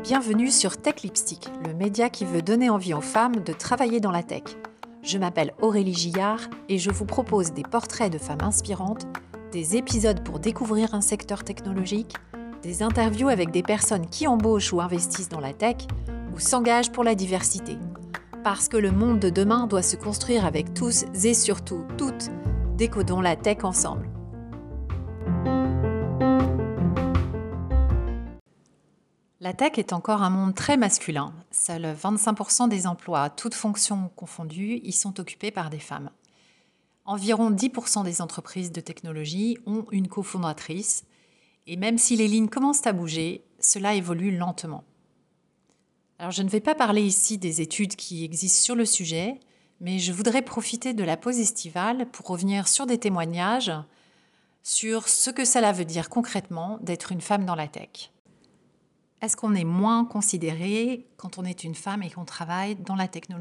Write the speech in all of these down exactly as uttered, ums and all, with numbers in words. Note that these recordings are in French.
Bienvenue sur Tech Lipstick, le média qui veut donner envie aux femmes de travailler dans la tech. Je m'appelle Aurélie Gillard et je vous propose des portraits de femmes inspirantes, des épisodes pour découvrir un secteur technologique, des interviews avec des personnes qui embauchent ou investissent dans la tech ou s'engagent pour la diversité. Parce que le monde de demain doit se construire avec tous et surtout toutes. Décodons la tech ensemble. La tech est encore un monde très masculin. Seuls vingt-cinq pour cent des emplois, toutes fonctions confondues, y sont occupés par des femmes. Environ dix pour cent des entreprises de technologie ont une cofondatrice. Et même si les lignes commencent à bouger, cela évolue lentement. Alors je ne vais pas parler ici des études qui existent sur le sujet, mais je voudrais profiter de la pause estivale pour revenir sur des témoignages sur ce que cela veut dire concrètement d'être une femme dans la tech. Est-ce qu'on est moins considéré quand on est une femme et qu'on travaille dans la technologie ?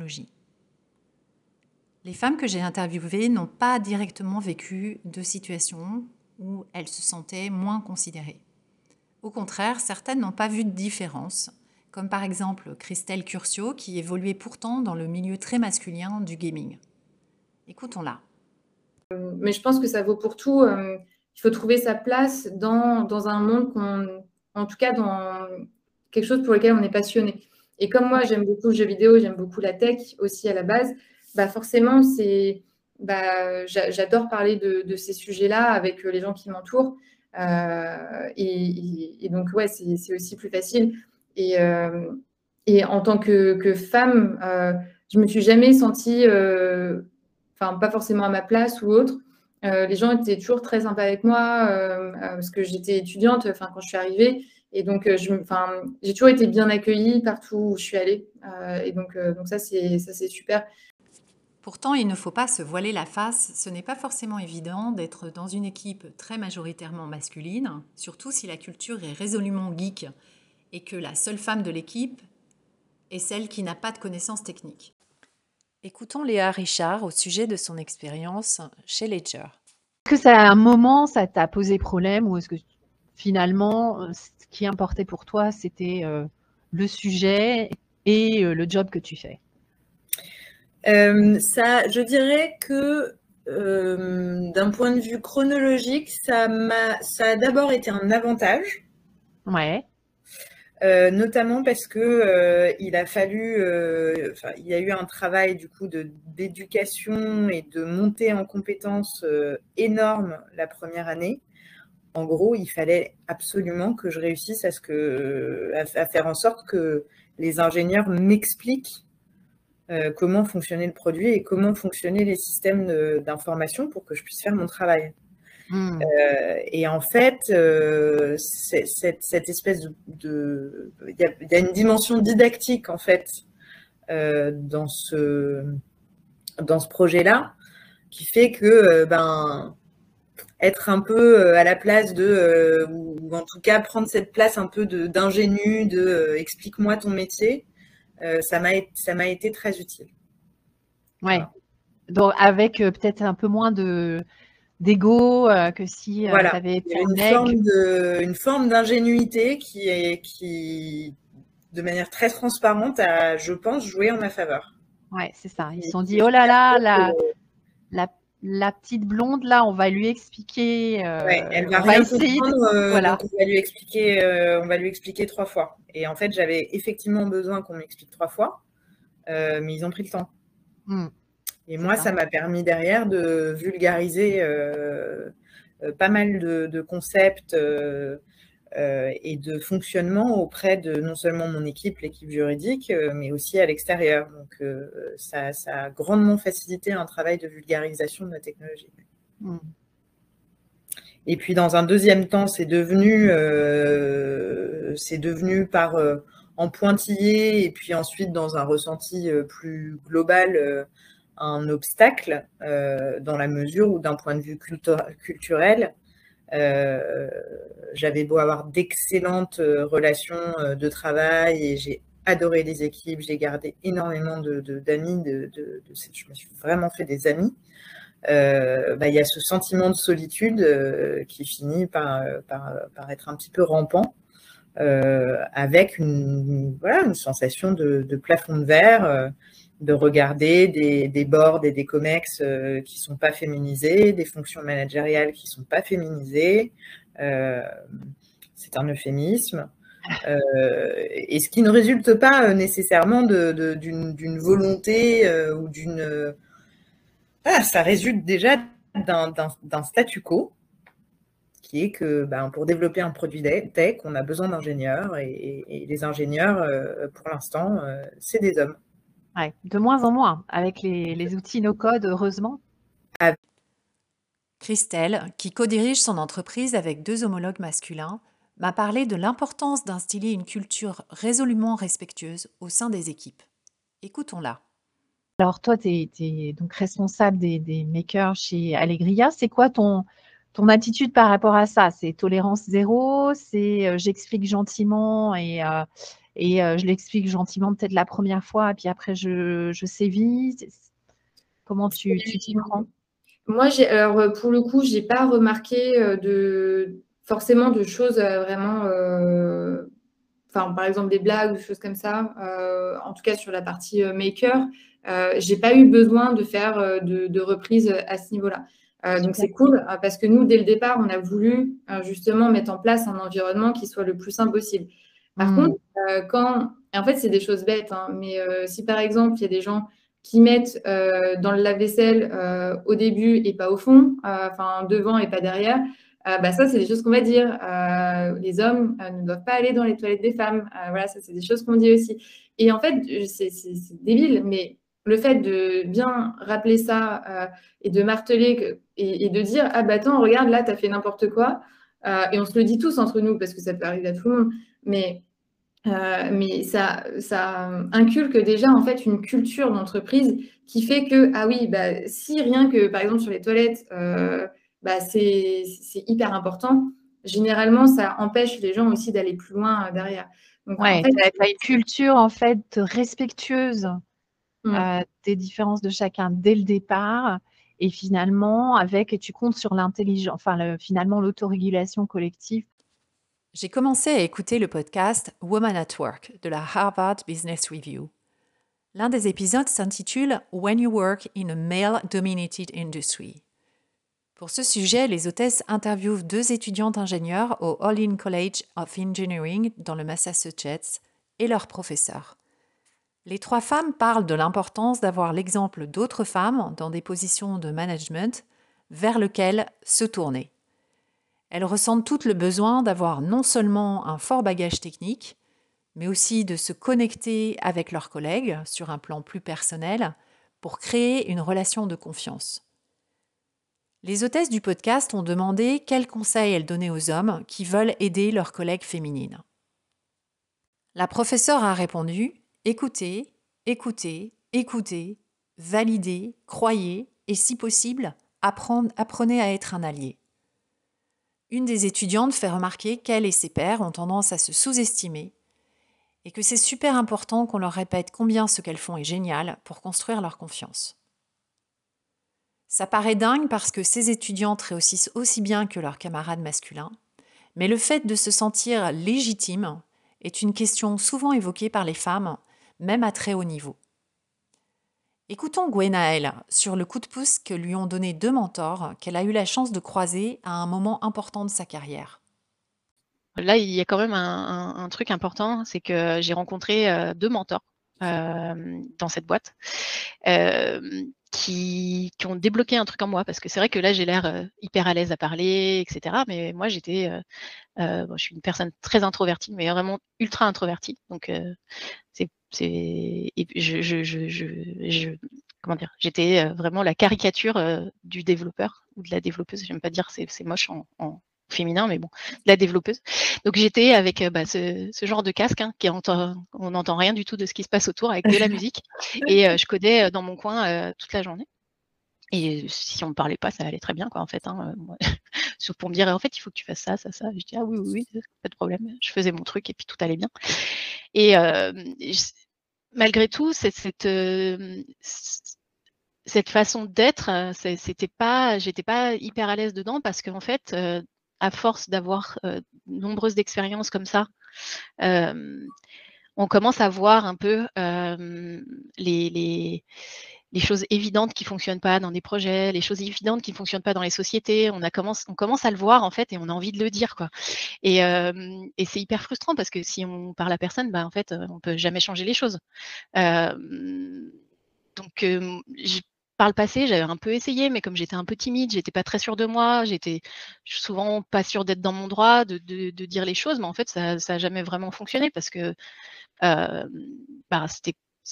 Les femmes que j'ai interviewées n'ont pas directement vécu de situation où elles se sentaient moins considérées. Au contraire, certaines n'ont pas vu de différence, comme par exemple Christelle Curcio, qui évoluait pourtant dans le milieu très masculin du gaming. Écoutons-la. Mais je pense que ça vaut pour tout. Euh, il faut trouver sa place dans, dans un monde qu'on... En tout cas, dans quelque chose pour lequel on est passionné. Et comme moi, j'aime beaucoup le jeu vidéo, j'aime beaucoup la tech aussi à la base, bah forcément, c'est, bah, j'adore parler de, de ces sujets-là avec les gens qui m'entourent. Euh, et, et, et donc, ouais, c'est, c'est aussi plus facile. Et, euh, et en tant que, que femme, euh, je me suis jamais sentie, euh, enfin, pas forcément à ma place ou autre. Euh, les gens étaient toujours très sympas avec moi euh, euh, parce que j'étais étudiante enfin, quand je suis arrivée. Et donc, euh, je, j'ai toujours été bien accueillie partout où je suis allée. Euh, et donc, euh, donc ça, c'est, ça, c'est super. Pourtant, il ne faut pas se voiler la face. Ce n'est pas forcément évident d'être dans une équipe très majoritairement masculine, surtout si la culture est résolument geek et que la seule femme de l'équipe est celle qui n'a pas de connaissances techniques. Écoutons Léa Richard au sujet de son expérience chez Ledger. Est-ce que ça, à un moment, ça t'a posé problème ou est-ce que finalement, ce qui importait pour toi, c'était euh, le sujet et euh, le job que tu fais ? euh, ça, je dirais que euh, d'un point de vue chronologique, ça, m'a, ça a d'abord été un avantage. Ouais. Euh, notamment parce que euh, il a fallu, euh, enfin, il y a eu un travail du coup de d'éducation et de montée en compétences euh, énorme la première année. En gros, il fallait absolument que je réussisse à ce que, à, à faire en sorte que les ingénieurs m'expliquent euh, comment fonctionnait le produit et comment fonctionnaient les systèmes de, d'information pour que je puisse faire mon travail. Mmh. Euh, et en fait, euh, c'est, cette, cette espèce de, il y a, y a une dimension didactique en fait euh, dans ce dans ce projet-là qui fait que euh, ben être un peu à la place de euh, ou, ou en tout cas prendre cette place un peu de d'ingénu, de euh, explique-moi ton métier, euh, ça m'a ça m'a été très utile. Ouais. Voilà. Donc avec euh, peut-être un peu moins de d'ego euh, que si euh, voilà. tu avais été une mec. forme de une forme d'ingénuité qui est qui de manière très transparente a, je pense, joué en ma faveur. Ouais, c'est ça. Ils se sont dit oh là là la, la la petite blonde là, on va lui expliquer. Euh, ouais, elle va on rien va essayer comprendre, de... euh, voilà. donc on va lui expliquer, euh, on va lui expliquer trois fois. Et en fait, j'avais effectivement besoin qu'on m'explique trois fois, euh, mais ils ont pris le temps. Mmh. Et moi, ça. ça m'a permis derrière de vulgariser euh, euh, pas mal de, de concepts euh, euh, et de fonctionnement auprès de non seulement mon équipe, l'équipe juridique, euh, mais aussi à l'extérieur. Donc, euh, ça, ça a grandement facilité un travail de vulgarisation de la technologie. Mmh. Et puis, dans un deuxième temps, c'est devenu, euh, c'est devenu par euh, en pointillé et puis ensuite dans un ressenti euh, plus global euh, un obstacle euh, dans la mesure où, d'un point de vue cultu- culturel, euh, j'avais beau avoir d'excellentes relations de travail et j'ai adoré les équipes, j'ai gardé énormément de, de, d'amis, de, de, de, je me suis vraiment fait des amis. Euh, bah, y a ce sentiment de solitude euh, qui finit par, par, par être un petit peu rampant euh, avec une, voilà, une sensation de, de plafond de verre, euh, de regarder des, des boards et des comex euh, qui ne sont pas féminisés, des fonctions managériales qui ne sont pas féminisées. Euh, c'est un euphémisme. Euh, et ce qui ne résulte pas nécessairement de, de, d'une, d'une volonté euh, ou d'une... Euh, ah, ça résulte déjà d'un, d'un, d'un statu quo qui est que ben, pour développer un produit tech, on a besoin d'ingénieurs et, et, et les ingénieurs, euh, pour l'instant, euh, c'est des hommes. Ouais, de moins en moins, avec les, les outils no-code, heureusement. Christelle, qui co-dirige son entreprise avec deux homologues masculins, m'a parlé de l'importance d'instiller une culture résolument respectueuse au sein des équipes. Écoutons-la. Alors toi, tu es donc responsable des, des makers chez Allegria. C'est quoi ton, ton attitude par rapport à ça? C'est tolérance zéro? C'est euh, j'explique gentiment et, euh, et euh, je l'explique gentiment peut-être la première fois et puis après je, je sévis? Comment tu tu t'y prends? Moi, j'ai, alors pour le coup, j'ai pas remarqué euh, de forcément de choses euh, vraiment, euh, enfin par exemple des blagues ou des choses comme ça. Euh, en tout cas sur la partie euh, maker, euh, j'ai pas eu besoin de faire euh, de, de reprises à ce niveau-là. Euh, donc c'est cool euh, parce que nous, dès le départ, on a voulu euh, justement mettre en place un environnement qui soit le plus simple possible. Par Mm. contre, euh, quand, en fait, c'est des choses bêtes, hein, mais euh, si par exemple il y a des gens qui mettent euh, dans le lave-vaisselle euh, au début et pas au fond, euh, enfin devant et pas derrière, euh, bah, ça, c'est des choses qu'on va dire. Euh, les hommes euh, ne doivent pas aller dans les toilettes des femmes. Euh, voilà, ça, c'est des choses qu'on dit aussi. Et en fait, c'est, c'est, c'est débile, mais le fait de bien rappeler ça euh, et de marteler que, et, et de dire, ah bah attends, regarde, là, tu as fait n'importe quoi. Euh, et on se le dit tous entre nous parce que ça peut arriver à tout le monde. Mais euh, mais ça, ça inculque déjà en fait une culture d'entreprise qui fait que, ah oui, bah, si rien que par exemple sur les toilettes, euh, bah, c'est, c'est hyper important, généralement ça empêche les gens aussi d'aller plus loin euh, derrière. Donc en Ouais, fait, tu as une culture en fait respectueuse mm. euh, des différences de chacun dès le départ. Et finalement, avec, tu comptes sur l'intelligence, enfin, le, finalement, l'autorégulation collective. J'ai commencé à écouter le podcast Women at Work de la Harvard Business Review. L'un des épisodes s'intitule When You Work in a Male-Dominated Industry. Pour ce sujet, les hôtesses interviewent deux étudiantes ingénieurs au Olin College of Engineering dans le Massachusetts et leur professeur. Les trois femmes parlent de l'importance d'avoir l'exemple d'autres femmes dans des positions de management vers lesquelles se tourner. Elles ressentent toutes le besoin d'avoir non seulement un fort bagage technique, mais aussi de se connecter avec leurs collègues sur un plan plus personnel pour créer une relation de confiance. Les hôtesses du podcast ont demandé quels conseils elles donnaient aux hommes qui veulent aider leurs collègues féminines. La professeure a répondu « Écoutez, écoutez, écoutez, validez, croyez et si possible, apprenez à être un allié ». Une des étudiantes fait remarquer qu'elle et ses pairs ont tendance à se sous-estimer et que c'est super important qu'on leur répète combien ce qu'elles font est génial pour construire leur confiance. Ça paraît dingue parce que ces étudiantes réussissent aussi bien que leurs camarades masculins, mais le fait de se sentir légitime est une question souvent évoquée par les femmes, même à très haut niveau. Écoutons Gwenaëlle sur le coup de pouce que lui ont donné deux mentors qu'elle a eu la chance de croiser à un moment important de sa carrière. Là, il y a quand même un, un, un truc important, c'est que j'ai rencontré euh, deux mentors euh, dans cette boîte euh, qui, qui ont débloqué un truc en moi, parce que c'est vrai que là, j'ai l'air euh, hyper à l'aise à parler, et cetera. Mais moi, j'étais, euh, euh, bon, je suis une personne très introvertie, mais vraiment ultra introvertie. Donc, euh, c'est, c'est, et je, je, je, je, je comment dire, j'étais vraiment la caricature euh, du développeur ou de la développeuse. J'aime pas dire c'est, c'est moche en, en féminin, mais bon, de la développeuse. Donc j'étais avec euh, bah, ce, ce genre de casque, hein, qui entend, on n'entend rien du tout de ce qui se passe autour, avec de la musique, et euh, je codais dans mon coin euh, toute la journée. Et si on ne me parlait pas, ça allait très bien, quoi, en fait. Hein, moi, sauf pour me dire, en fait, il faut que tu fasses ça, ça, ça. Je dis, ah oui, oui, oui, pas de problème. Je faisais mon truc et puis tout allait bien. Et euh, je, malgré tout, cette, cette, euh, cette façon d'être, c'était pas, j'étais pas hyper à l'aise dedans parce qu'en fait, euh, à force d'avoir euh, nombreuses expériences comme ça, euh, on commence à voir un peu euh, les, les, les choses évidentes qui ne fonctionnent pas dans des projets, les choses évidentes qui ne fonctionnent pas dans les sociétés. On, a commence, on commence à le voir, en fait, et on a envie de le dire, quoi. Et, euh, et c'est hyper frustrant parce que si on parle à personne, bah, en fait, on ne peut jamais changer les choses. Euh, donc, euh, je, par le passé, j'avais un peu essayé, mais comme j'étais un peu timide, j'étais pas très sûre de moi, j'étais souvent pas sûre d'être dans mon droit, de, de, de dire les choses, mais en fait, ça n'a jamais vraiment fonctionné parce que euh, bah, c'était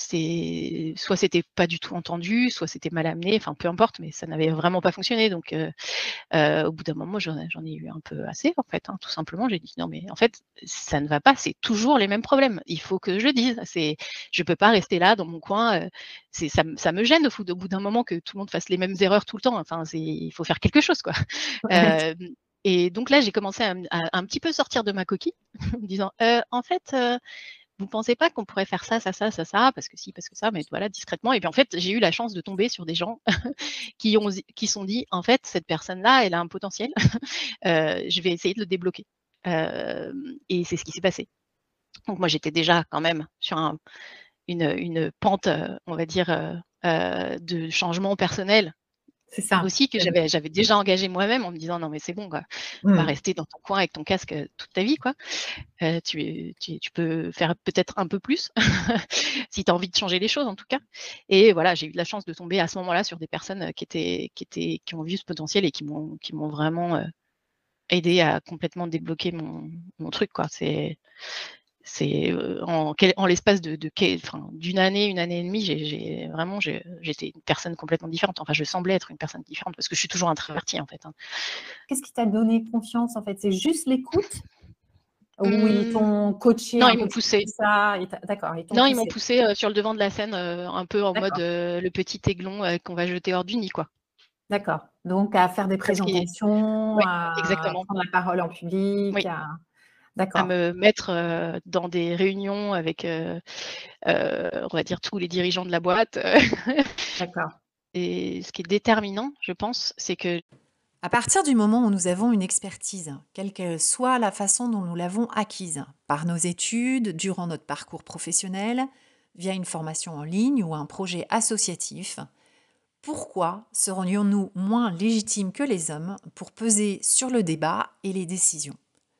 c'est soit c'était pas du tout entendu, soit c'était mal amené, enfin peu importe, mais ça n'avait vraiment pas fonctionné. Donc euh, euh, au bout d'un moment, j'en ai eu un peu assez, en fait, hein, tout simplement. J'ai dit non, mais en fait, ça ne va pas, c'est toujours les mêmes problèmes. Il faut que je le dise. C'est, je peux pas rester là dans mon coin. Euh, c'est, ça, ça me gêne au, au bout d'un moment que tout le monde fasse les mêmes erreurs tout le temps. Enfin, c'est, il faut faire quelque chose, quoi. Ouais. Euh, et donc là, j'ai commencé à, à, à un petit peu sortir de ma coquille, en me disant, euh, en fait, euh, vous ne pensez pas qu'on pourrait faire ça, ça, ça, ça, ça, parce que si, parce que ça, mais voilà, discrètement. Et puis en fait, j'ai eu la chance de tomber sur des gens qui ont qui sont dit, en fait, cette personne-là, elle a un potentiel, euh, je vais essayer de le débloquer. Euh, et c'est ce qui s'est passé. Donc moi, j'étais déjà quand même sur un, une, une pente, on va dire, euh, euh, de changement personnel. C'est ça. Aussi que j'avais j'avais déjà engagé moi-même en me disant non mais c'est bon quoi, mmh. pas rester dans ton coin avec ton casque toute ta vie quoi. Euh, tu, tu, tu peux faire peut-être un peu plus si tu as envie de changer les choses en tout cas. Et voilà, j'ai eu de la chance de tomber à ce moment-là sur des personnes qui étaient qui étaient qui ont vu ce potentiel et qui m'ont qui m'ont vraiment euh, aidé à complètement débloquer mon, mon truc quoi. C'est c'est en, en l'espace de, de, enfin, d'une année, une année et demie, j'ai vraiment, j'étais une personne complètement différente. Enfin, je semblais être une personne différente parce que je suis toujours introvertie en fait. Hein. Qu'est-ce qui t'a donné confiance en fait? C'est juste l'écoute ou mmh. ils t'ont coaché non, un ils peu m'ont poussé. Ça D'accord. Non, poussé. Ils m'ont poussé euh, sur le devant de la scène, euh, un peu en mode euh, le petit aiglon euh, qu'on va jeter hors du nid, quoi. D'accord. Donc à faire des présentations, ouais, à exactement. prendre la parole en public. Oui. À... à me mettre euh, dans des réunions avec, euh, euh, on va dire, tous les dirigeants de la boîte. D'accord. Et ce qui est déterminant, je pense, c'est que... À partir du moment où nous avons une expertise, quelle que soit la façon dont nous l'avons acquise, par nos études, durant notre parcours professionnel, via une formation en ligne ou un projet associatif, pourquoi serions-nous moins légitimes que les hommes pour peser sur le débat et les décisions ?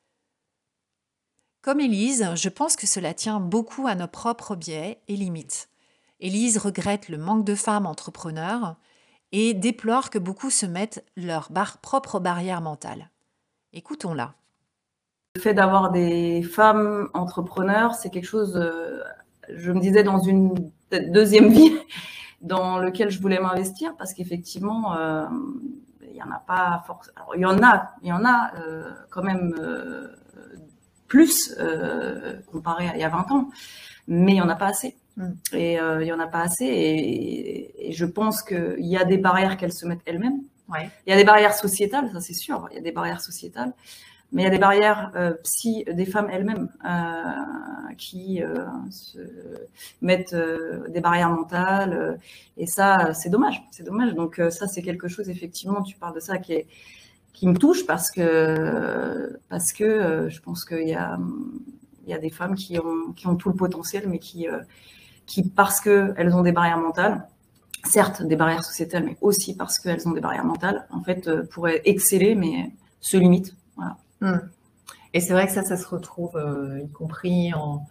Comme Élise, je pense que cela tient beaucoup à nos propres biais et limites. Élise regrette le manque de femmes entrepreneurs et déplore que beaucoup se mettent leurs bar- propres barrières mentales. Écoutons-la. Le fait d'avoir des femmes entrepreneurs, c'est quelque chose, euh, je me disais, dans une deuxième vie dans lequel je voulais m'investir parce qu'effectivement, euh, il y en a pas forcément. Il y en a, il y en a euh, quand même euh, plus euh, comparé à il y a vingt ans, mais il y en a pas assez. Mm. Et euh, il y en a pas assez. Et, et je pense qu'il y a des barrières qu'elles se mettent elles-mêmes. Ouais. Il y a des barrières sociétales, ça c'est sûr. Il y a des barrières sociétales. Mais il y a des barrières euh, psy des femmes elles-mêmes euh, qui euh, se mettent euh, des barrières mentales euh, et ça c'est dommage, c'est dommage. Donc euh, ça c'est quelque chose effectivement, tu parles de ça qui est qui me touche parce que parce que euh, je pense qu'il y a il y a des femmes qui ont qui ont tout le potentiel mais qui euh, qui parce que elles ont des barrières mentales, certes des barrières sociétales mais aussi parce qu'elles ont des barrières mentales, en fait euh, pourraient exceller mais se limitent. Voilà. Et c'est vrai que ça, ça se retrouve, euh, y compris en,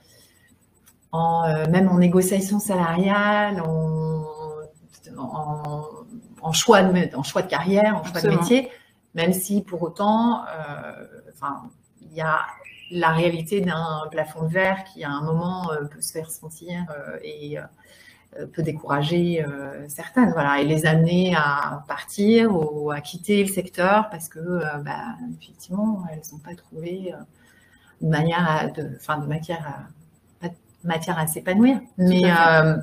en euh, même en négociation salariale, en, en, en, choix de, en choix de carrière, en choix Absolument. de métier, même si pour autant, euh, enfin, il y a la réalité d'un plafond de verre qui à un moment euh, peut se faire sentir euh, et euh, peut décourager euh, certaines, voilà, et les amener à partir ou à quitter le secteur parce que, euh, bah, effectivement, elles n'ont pas trouvé euh, de manière à, de, enfin, de matière à, de matière à s'épanouir. Mais euh...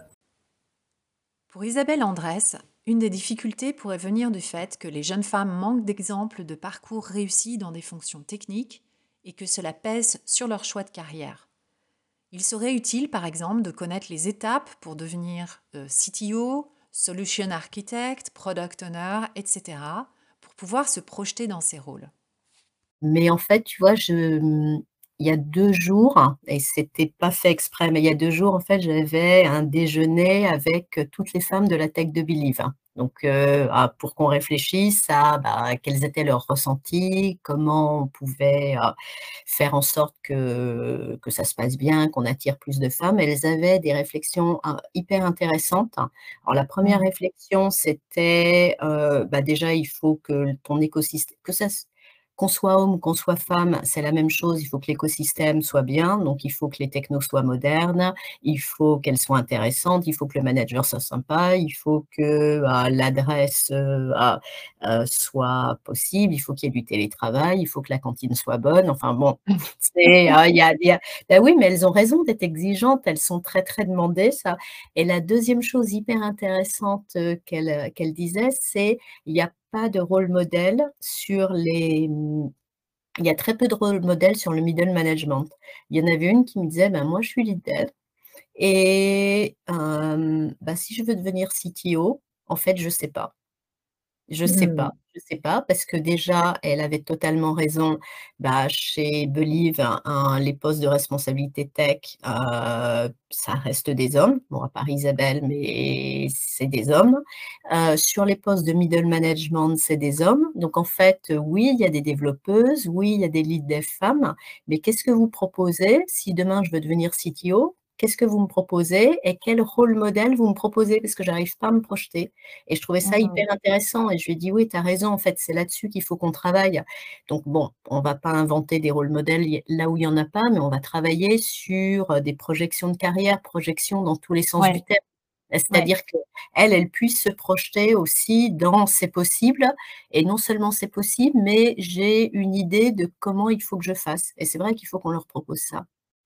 pour Isabelle Andrès, une des difficultés pourrait venir du fait que les jeunes femmes manquent d'exemples de parcours réussis dans des fonctions techniques et que cela pèse sur leur choix de carrière. Il serait utile, par exemple, de connaître les étapes pour devenir euh, C T O, Solution Architect, Product Owner, et cetera, pour pouvoir se projeter dans ces rôles. Mais en fait, tu vois, je, il y a deux jours, et c'était pas fait exprès, mais il y a deux jours, en fait, j'avais un déjeuner avec toutes les femmes de la tech de Believe. Donc, euh, ah, pour qu'on réfléchisse à bah, quels étaient leurs ressentis, comment on pouvait euh, faire en sorte que, que ça se passe bien, qu'on attire plus de femmes. Elles avaient des réflexions euh, hyper intéressantes. Alors, la première Mm. réflexion, c'était euh, bah, déjà, il faut que ton écosystème, que ça se- qu'on soit homme ou qu'on soit femme, c'est la même chose. Il faut que l'écosystème soit bien. Donc, il faut que les technos soient modernes. Il faut qu'elles soient intéressantes. Il faut que le manager soit sympa. Il faut que euh, l'adresse euh, euh, soit possible. Il faut qu'il y ait du télétravail. Il faut que la cantine soit bonne. Enfin, bon, c'est, euh, il y a, il y a- ben oui, mais elles ont raison d'être exigeantes. Elles sont très, très demandées, ça. Et la deuxième chose hyper intéressante euh, qu'elle qu'elle disait, c'est il n'y a pas de rôle modèle sur les. Il y a très peu de rôle modèle sur le middle management. Il y en avait une qui me disait, ben, moi, je suis lead dev et euh, ben, si je veux devenir C T O, en fait, je ne sais pas. Je sais Mm. pas, je sais pas parce que déjà, elle avait totalement raison. Bah, chez Believe, hein, hein, les postes de responsabilité tech, euh, ça reste des hommes. Bon, à part Isabelle, mais c'est des hommes. Euh, sur les postes de middle management, c'est des hommes. Donc, en fait, oui, il y a des développeuses, oui, il y a des lead dev femmes. Mais qu'est-ce que vous proposez si demain je veux devenir C T O? Qu'est-ce que vous me proposez et quel rôle modèle vous me proposez? Parce que j'arrive pas à me projeter. Et je trouvais ça hyper Mm. intéressant. Et je lui ai dit, oui, tu as raison, en fait, c'est là-dessus qu'il faut qu'on travaille. Donc, bon, on ne va pas inventer des rôles modèles y- là où il n'y en a pas, mais on va travailler sur euh, des projections de carrière, projections dans tous les sens du Ouais, terme. ouais. C'est-à-dire qu'elle, elle puisse se projeter aussi dans c'est possible. Et non seulement c'est possible, mais j'ai une idée de comment il faut que je fasse. Et c'est vrai qu'il faut qu'on leur propose ça.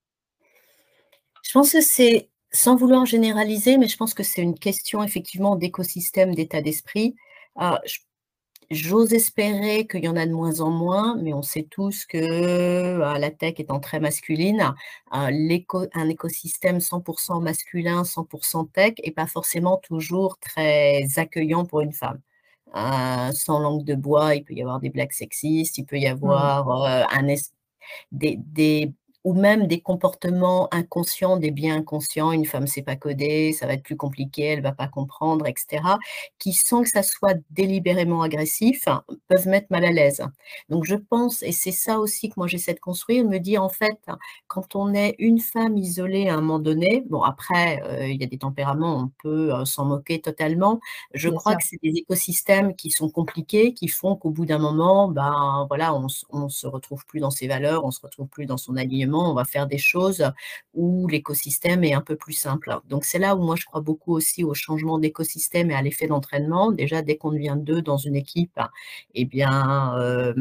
Je pense que c'est, sans vouloir généraliser, mais je pense que c'est une question effectivement d'écosystème, d'état d'esprit. Euh, je- J'ose espérer qu'il y en a de moins en moins, mais on sait tous que euh, la tech étant très masculine, euh, l'éco- un écosystème cent pour cent masculin, cent pour cent tech, est pas forcément toujours très accueillant pour une femme. Euh, sans langue de bois, il peut y avoir des blagues sexistes, il peut y Mm. avoir euh, un, es- des, des- ou même des comportements inconscients, des biens inconscients. Une femme ne sait pas coder, ça va être plus compliqué, elle ne va pas comprendre, et cetera, qui, sans que ça soit délibérément agressif, hein, peuvent mettre mal à l'aise. Donc, je pense, et c'est ça aussi que moi j'essaie de construire, me dire en fait, quand on est une femme isolée à un moment donné, bon, après, euh, il y a des tempéraments, on peut euh, s'en moquer totalement. Je Bien crois sûr. que c'est des écosystèmes qui sont compliqués, qui font qu'au bout d'un moment, ben voilà, on, s- on se retrouve plus dans ses valeurs, on se retrouve plus dans son alignement, on va faire des choses où l'écosystème est un peu plus simple. Donc c'est là où moi je crois beaucoup aussi au changement d'écosystème et à l'effet d'entraînement. Déjà, dès qu'on devient deux dans une équipe, eh bien, euh,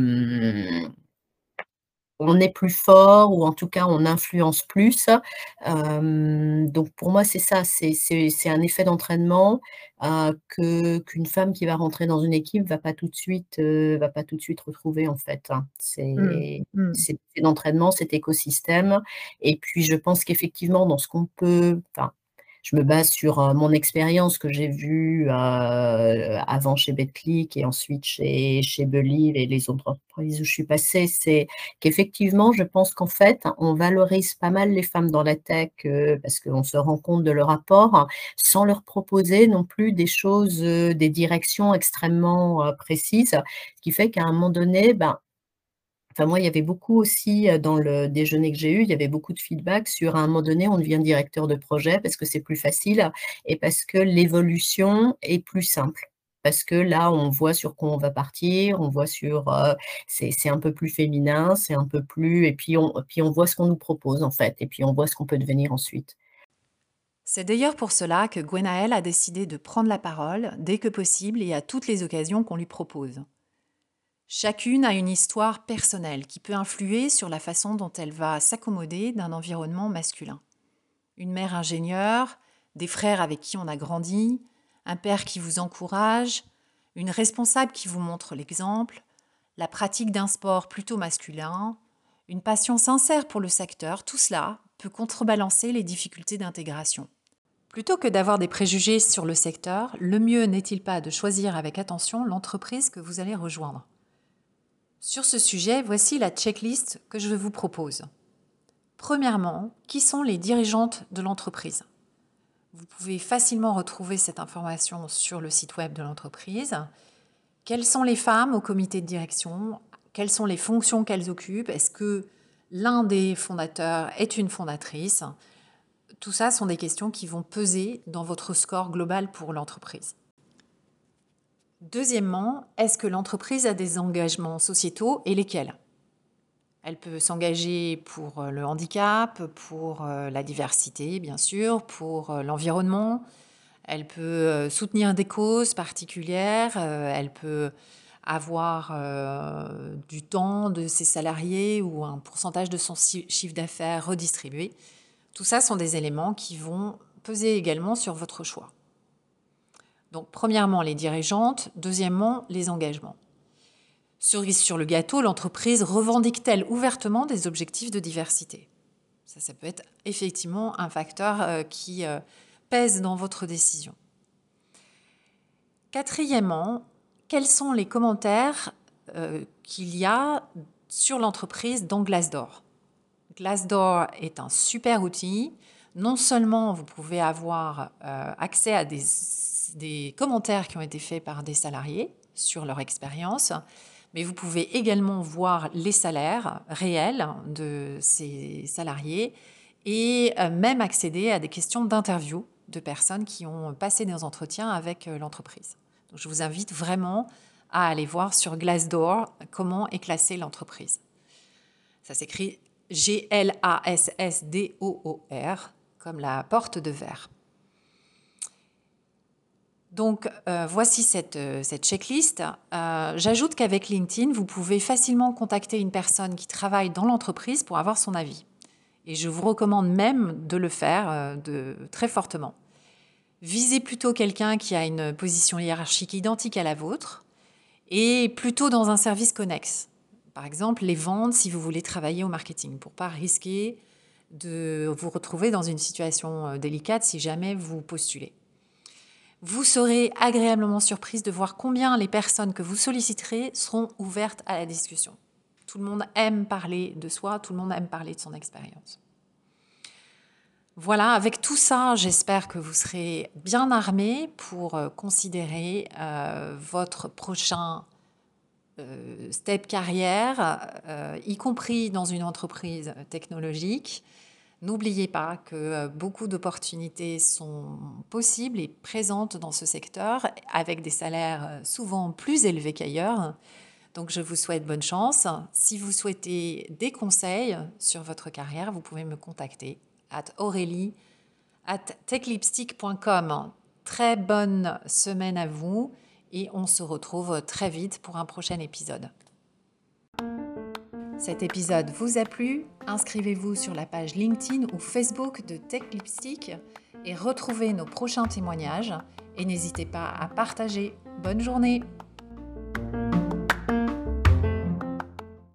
on est plus fort ou en tout cas on influence plus. Euh, donc pour moi c'est ça, c'est c'est- c'est un effet d'entraînement euh, que qu'une femme qui va rentrer dans une équipe va pas tout de suite euh, va pas tout de suite retrouver en fait, hein. Mm. C'est Mm. c'est l'effet d'entraînement, cet écosystème. Et puis je pense qu'effectivement dans ce qu'on peut, enfin je me base sur euh, mon expérience que j'ai vue euh, avant chez BetClick et ensuite chez, chez Believe et les autres entreprises où je suis passée, c'est qu'effectivement, je pense qu'en fait, on valorise pas mal les femmes dans la tech euh, parce qu'on se rend compte de leur apport, hein, sans leur proposer non plus des choses, euh, des directions extrêmement euh, précises, ce qui fait qu'à un moment donné, ben, enfin, moi, il y avait beaucoup aussi euh, dans le déjeuner que j'ai eu, il y avait beaucoup de feedback sur à un moment donné, on devient directeur de projet parce que c'est plus facile et parce que l'évolution est plus simple. Parce que là, on voit sur quoi on va partir, on voit sur, euh, c'est c'est un peu plus féminin, c'est un peu plus, et puis on, puis on voit ce qu'on nous propose en fait, et puis on voit ce qu'on peut devenir ensuite. C'est d'ailleurs pour cela que Gwenaëlle a décidé de prendre la parole dès que possible et à toutes les occasions qu'on lui propose. Chacune a une histoire personnelle qui peut influer sur la façon dont elle va s'accommoder d'un environnement masculin. Une mère ingénieure, des frères avec qui on a grandi, un père qui vous encourage, une responsable qui vous montre l'exemple, la pratique d'un sport plutôt masculin, une passion sincère pour le secteur, tout cela peut contrebalancer les difficultés d'intégration. Plutôt que d'avoir des préjugés sur le secteur, le mieux n'est-il pas de choisir avec attention l'entreprise que vous allez rejoindre? Sur ce sujet, voici la checklist que je vous propose. Premièrement, qui sont les dirigeantes de l'entreprise ? Vous pouvez facilement retrouver cette information sur le site web de l'entreprise. Quelles sont les femmes au comité de direction ? Quelles sont les fonctions qu'elles occupent ? Est-ce que l'un des fondateurs est une fondatrice ? Tout ça sont des questions qui vont peser dans votre score global pour l'entreprise. Deuxièmement, est-ce que l'entreprise a des engagements sociétaux et lesquels ? Elle peut s'engager pour le handicap, pour la diversité, bien sûr, pour l'environnement. Elle peut soutenir des causes particulières. Elle peut avoir euh, du temps de ses salariés ou un pourcentage de son chiffre d'affaires redistribué. Tout ça sont des éléments qui vont peser également sur votre choix. Donc, premièrement, les dirigeantes. Deuxièmement, les engagements. Cerise sur le gâteau, l'entreprise revendique-t-elle ouvertement des objectifs de diversité ? Ça, ça peut être effectivement un facteur euh, qui euh, pèse dans votre décision. Quatrièmement, quels sont les commentaires euh, qu'il y a sur l'entreprise dans Glassdoor ? Glassdoor est un super outil. Non seulement vous pouvez avoir euh, accès à des, des commentaires qui ont été faits par des salariés sur leur expérience, mais vous pouvez également voir les salaires réels de ces salariés et euh, même accéder à des questions d'interview de personnes qui ont passé des entretiens avec euh, l'entreprise. Donc, je vous invite vraiment à aller voir sur Glassdoor comment est classée l'entreprise. Ça s'écrit G L A S S D O O R, comme la porte de verre. Donc, euh, voici cette, cette checklist. Euh, j'ajoute qu'avec LinkedIn, vous pouvez facilement contacter une personne qui travaille dans l'entreprise pour avoir son avis. Et je vous recommande même de le faire euh, de, très fortement. Visez plutôt quelqu'un qui a une position hiérarchique identique à la vôtre et plutôt dans un service connexe. Par exemple, les ventes si vous voulez travailler au marketing, pour ne pas risquer de vous retrouver dans une situation délicate si jamais vous postulez. Vous serez agréablement surprise de voir combien les personnes que vous solliciterez seront ouvertes à la discussion. Tout le monde aime parler de soi, tout le monde aime parler de son expérience. Voilà, avec tout ça, j'espère que vous serez bien armés pour considérer euh, votre prochain euh, step carrière, euh, y compris dans une entreprise technologique. N'oubliez pas que beaucoup d'opportunités sont possibles et présentes dans ce secteur avec des salaires souvent plus élevés qu'ailleurs. Donc, je vous souhaite bonne chance. Si vous souhaitez des conseils sur votre carrière, vous pouvez me contacter à aurélie arobase techlipstick point com. Très bonne semaine à vous et on se retrouve très vite pour un prochain épisode. Cet épisode vous a plu ? Inscrivez-vous sur la page LinkedIn ou Facebook de Tech Lipstick et retrouvez nos prochains témoignages. Et n'hésitez pas à partager. Bonne journée !